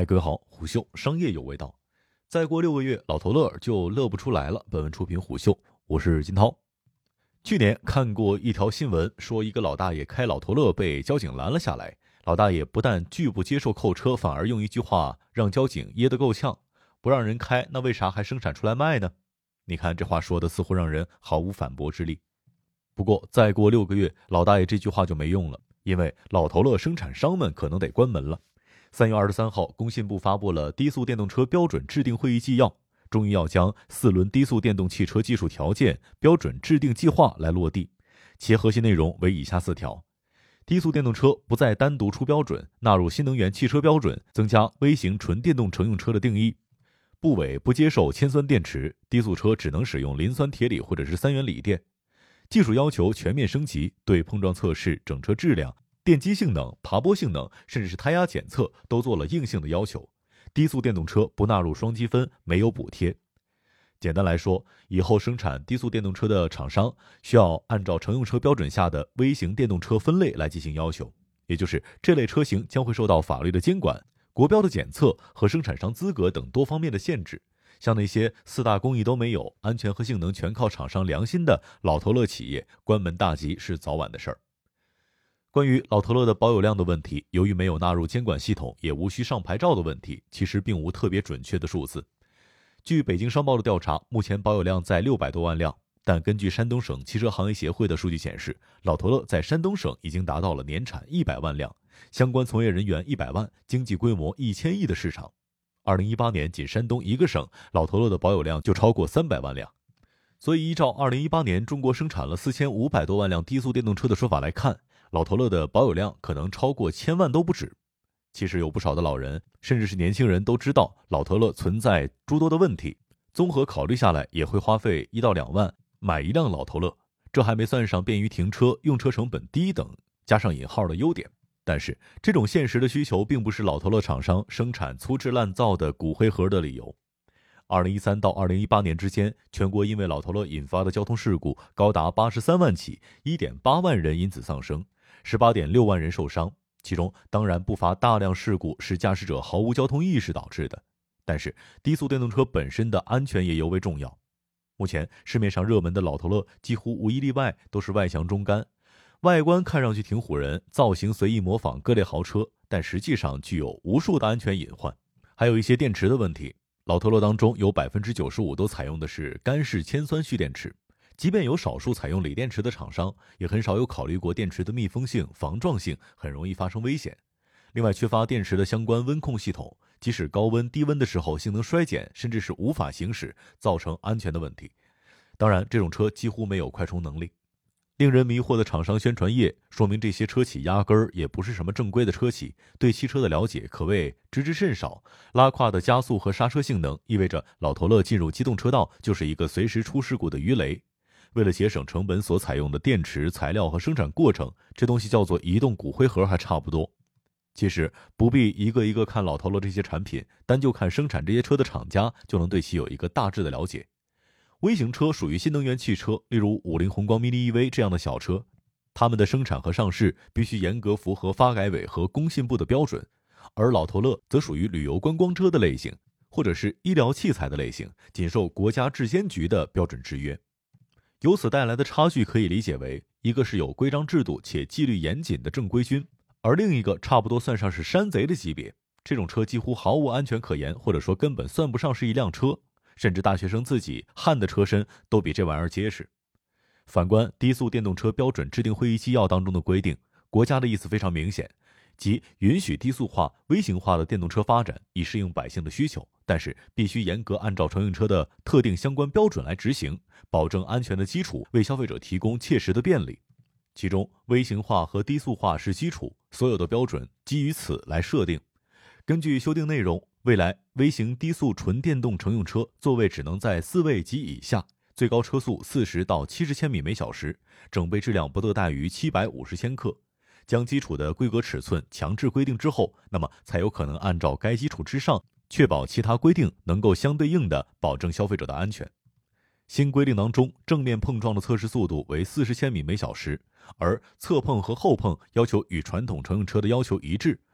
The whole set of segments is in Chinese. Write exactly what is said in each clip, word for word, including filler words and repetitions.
哎，各位好，虎嗅商业有味道。再过六个月，老头乐就乐不出来了。本文出品虎嗅，我是金涛。去年看过一条新闻，说一个老大爷开老头乐被交警拦了下来。老大爷不但拒不接受扣车，反而用一句话让交警噎得够呛：不让人开，那为啥还生产出来卖呢？你看这话说的似乎让人毫无反驳之力。不过再过六个月，老大爷这句话就没用了，因为老头乐生产商们可能得关门了。三月二十三号，工信部发布了低速电动车标准制定会议纪要，终于要将四轮低速电动汽车技术条件标准制定计划来落地。其核心内容为以下四条：低速电动车不再单独出标准，纳入新能源汽车标准，增加微型纯电动乘用车的定义。部委不接受铅酸电池，低速车只能使用磷酸铁锂或者是三元锂电。技术要求全面升级，对碰撞测试、整车质量、电机性能、爬坡性能，甚至是胎压检测都做了硬性的要求。低速电动车不纳入双积分，没有补贴。简单来说，以后生产低速电动车的厂商需要按照乘用车标准下的微型电动车分类来进行要求，也就是这类车型将会受到法律的监管、国标的检测和生产商资格等多方面的限制。像那些四大工艺都没有、安全和性能全靠厂商良心的老头乐企业，关门大吉是早晚的事儿。关于老头乐的保有量的问题，由于没有纳入监管系统，也无需上牌照的问题，其实并无特别准确的数字。据北京商报的调查，目前保有量在六百多万辆，但根据山东省汽车行业协会的数据显示，老头乐在山东省已经达到了年产一百万辆，相关从业人员一百万，经济规模一千亿的市场。二零一八年仅山东一个省，老头乐的保有量就超过三百万辆。所以依照二零一八年中国生产了四千五百多万辆低速电动车的说法来看，老头乐的保有量可能超过千万都不止。其实有不少的老人，甚至是年轻人都知道老头乐存在诸多的问题，综合考虑下来也会花费一到两万买一辆老头乐，这还没算上便于停车、用车成本低等加上引号的优点。但是这种现实的需求并不是老头乐厂商生产粗制滥造的骨灰盒的理由。二零一三到二零一八年之间，全国因为老头乐引发的交通事故高达八十三万起，一点八万人因此丧生，十八点六万人受伤，其中当然不乏大量事故是驾驶者毫无交通意识导致的。但是低速电动车本身的安全也尤为重要。目前市面上热门的老头乐几乎无一例外都是外强中干，外观看上去挺唬人，造型随意模仿各类豪车，但实际上具有无数的安全隐患。还有一些电池的问题，老头乐当中有 百分之九十五 都采用的是干式铅酸蓄电池，即便有少数采用锂电池的厂商，也很少有考虑过电池的密封性、防撞性，很容易发生危险。另外缺乏电池的相关温控系统，即使高温低温的时候性能衰减，甚至是无法行驶，造成安全的问题。当然这种车几乎没有快充能力。令人迷惑的厂商宣传页，说明这些车企压根儿也不是什么正规的车企，对汽车的了解可谓知之甚少。拉胯的加速和刹车性能，意味着老头乐进入机动车道就是一个随时出事故的鱼雷。为了节省成本所采用的电池、材料和生产过程，这东西叫做移动骨灰盒还差不多。其实不必一个一个看老头乐这些产品，单就看生产这些车的厂家，就能对其有一个大致的了解。微型车属于新能源汽车，例如五菱宏光 mini E V 这样的小车，它们的生产和上市必须严格符合发改委和工信部的标准，而老头乐则属于旅游观光车的类型，或者是医疗器材的类型，仅受国家质监局的标准制约。由此带来的差距可以理解为，一个是有规章制度且纪律严谨的正规军，而另一个差不多算上是山贼的级别。这种车几乎毫无安全可言，或者说根本算不上是一辆车，甚至大学生自己焊的车身都比这玩意儿结实。反观低速电动车标准制定会议纪要当中的规定，国家的意思非常明显，即允许低速化、微型化的电动车发展，以适应百姓的需求，但是必须严格按照乘用车的特定相关标准来执行，保证安全的基础，为消费者提供切实的便利。其中微型化和低速化是基础，所有的标准基于此来设定。根据修订内容，未来微型低速纯电动乘用车座位只能在四位及以下，最高车速四十到七十千米每小时，整备质量不得大于七百五十千克。将基础的规格尺寸强制规定之后，那么才有可能按照该基础之上，确保其他规定能够相对应的保证消费者的安全。新规定当中，正面碰撞的测试速度为四十千米每小时，而侧碰和后碰要求与传统乘用车的要求一致，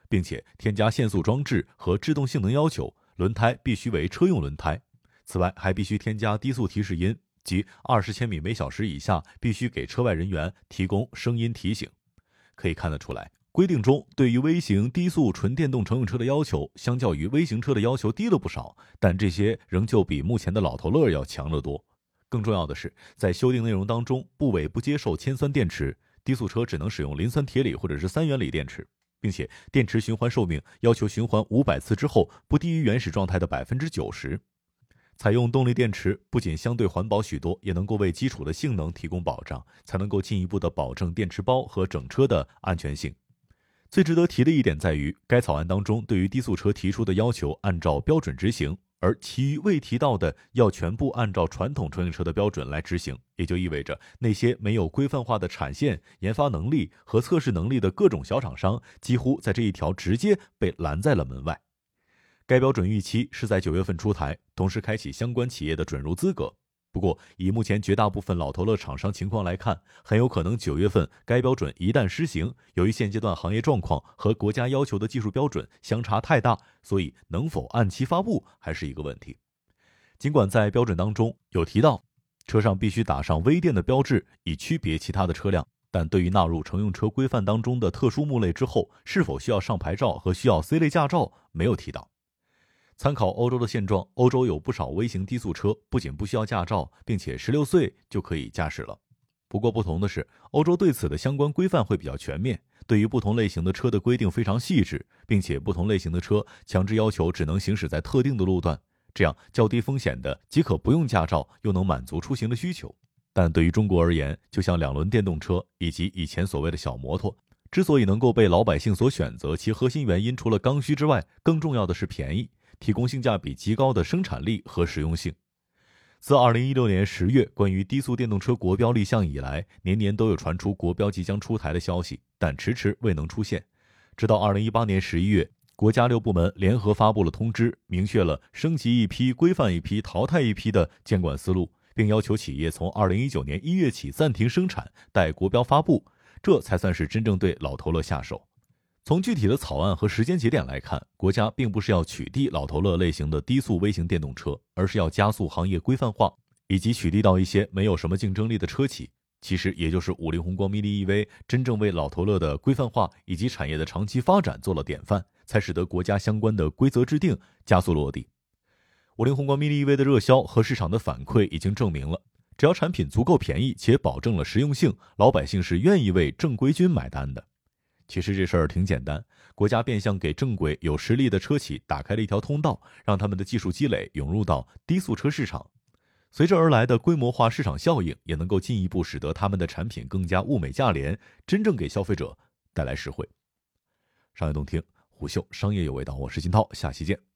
并且添加限速装置和制动性能要求，轮胎必须为车用轮胎。此外，还必须添加低速提示音，即二十千米每小时以下必须给车外人员提供声音提醒。可以看得出来，规定中对于微型低速纯电动乘用车的要求，相较于微型车的要求低了不少，但这些仍旧比目前的老头乐要强得多。更重要的是，在修订内容当中，部委不接受铅酸电池，低速车只能使用磷酸铁锂或者是三元锂电池，并且电池循环寿命要求循环五百次之后不低于原始状态的 百分之九十。采用动力电池不仅相对环保许多，也能够为基础的性能提供保障，才能够进一步的保证电池包和整车的安全性。最值得提的一点在于，该草案当中对于低速车提出的要求按照标准执行，而其余未提到的要全部按照传统乘用车的标准来执行，也就意味着那些没有规范化的产线、研发能力和测试能力的各种小厂商，几乎在这一条直接被拦在了门外。该标准预期是在九月份出台，同时开启相关企业的准入资格。不过，以目前绝大部分老头乐厂商情况来看，很有可能九月份该标准一旦施行，由于现阶段行业状况和国家要求的技术标准相差太大，所以能否按期发布还是一个问题。尽管在标准当中有提到车上必须打上微电的标志，以区别其他的车辆，但对于纳入乘用车规范当中的特殊目类之后，是否需要上牌照和需要 C 类驾照没有提到。参考欧洲的现状，欧洲有不少微型低速车不仅不需要驾照，并且十六岁就可以驾驶了。不过不同的是，欧洲对此的相关规范会比较全面，对于不同类型的车的规定非常细致，并且不同类型的车强制要求只能行驶在特定的路段，这样较低风险的即可不用驾照，又能满足出行的需求。但对于中国而言，就像两轮电动车以及以前所谓的小摩托，之所以能够被老百姓所选择，其核心原因除了刚需之外，更重要的是便宜，提供性价比极高的生产力和实用性。自二零一六年十月关于低速电动车国标立项以来，年年都有传出国标即将出台的消息，但迟迟未能出现。直到二零一八年十一月，国家六部门联合发布了通知，明确了升级一批、规范一批、淘汰一批的监管思路，并要求企业从二零一九年一月起暂停生产，待国标发布，这才算是真正对老头乐下手。从具体的草案和时间节点来看，国家并不是要取缔老头乐类型的低速微型电动车，而是要加速行业规范化，以及取缔到一些没有什么竞争力的车企。其实也就是五菱宏光 mini E V 真正为老头乐的规范化以及产业的长期发展做了典范，才使得国家相关的规则制定加速落地。五菱宏光 mini E V 的热销和市场的反馈已经证明了，只要产品足够便宜且保证了实用性，老百姓是愿意为正规军买单的。其实这事儿挺简单，国家变相给正规有实力的车企打开了一条通道，让他们的技术积累涌入到低速车市场。随之而来的规模化市场效应，也能够进一步使得他们的产品更加物美价廉，真正给消费者带来实惠。商业洞听，虎嗅商业有味道，我是金涛，下期见。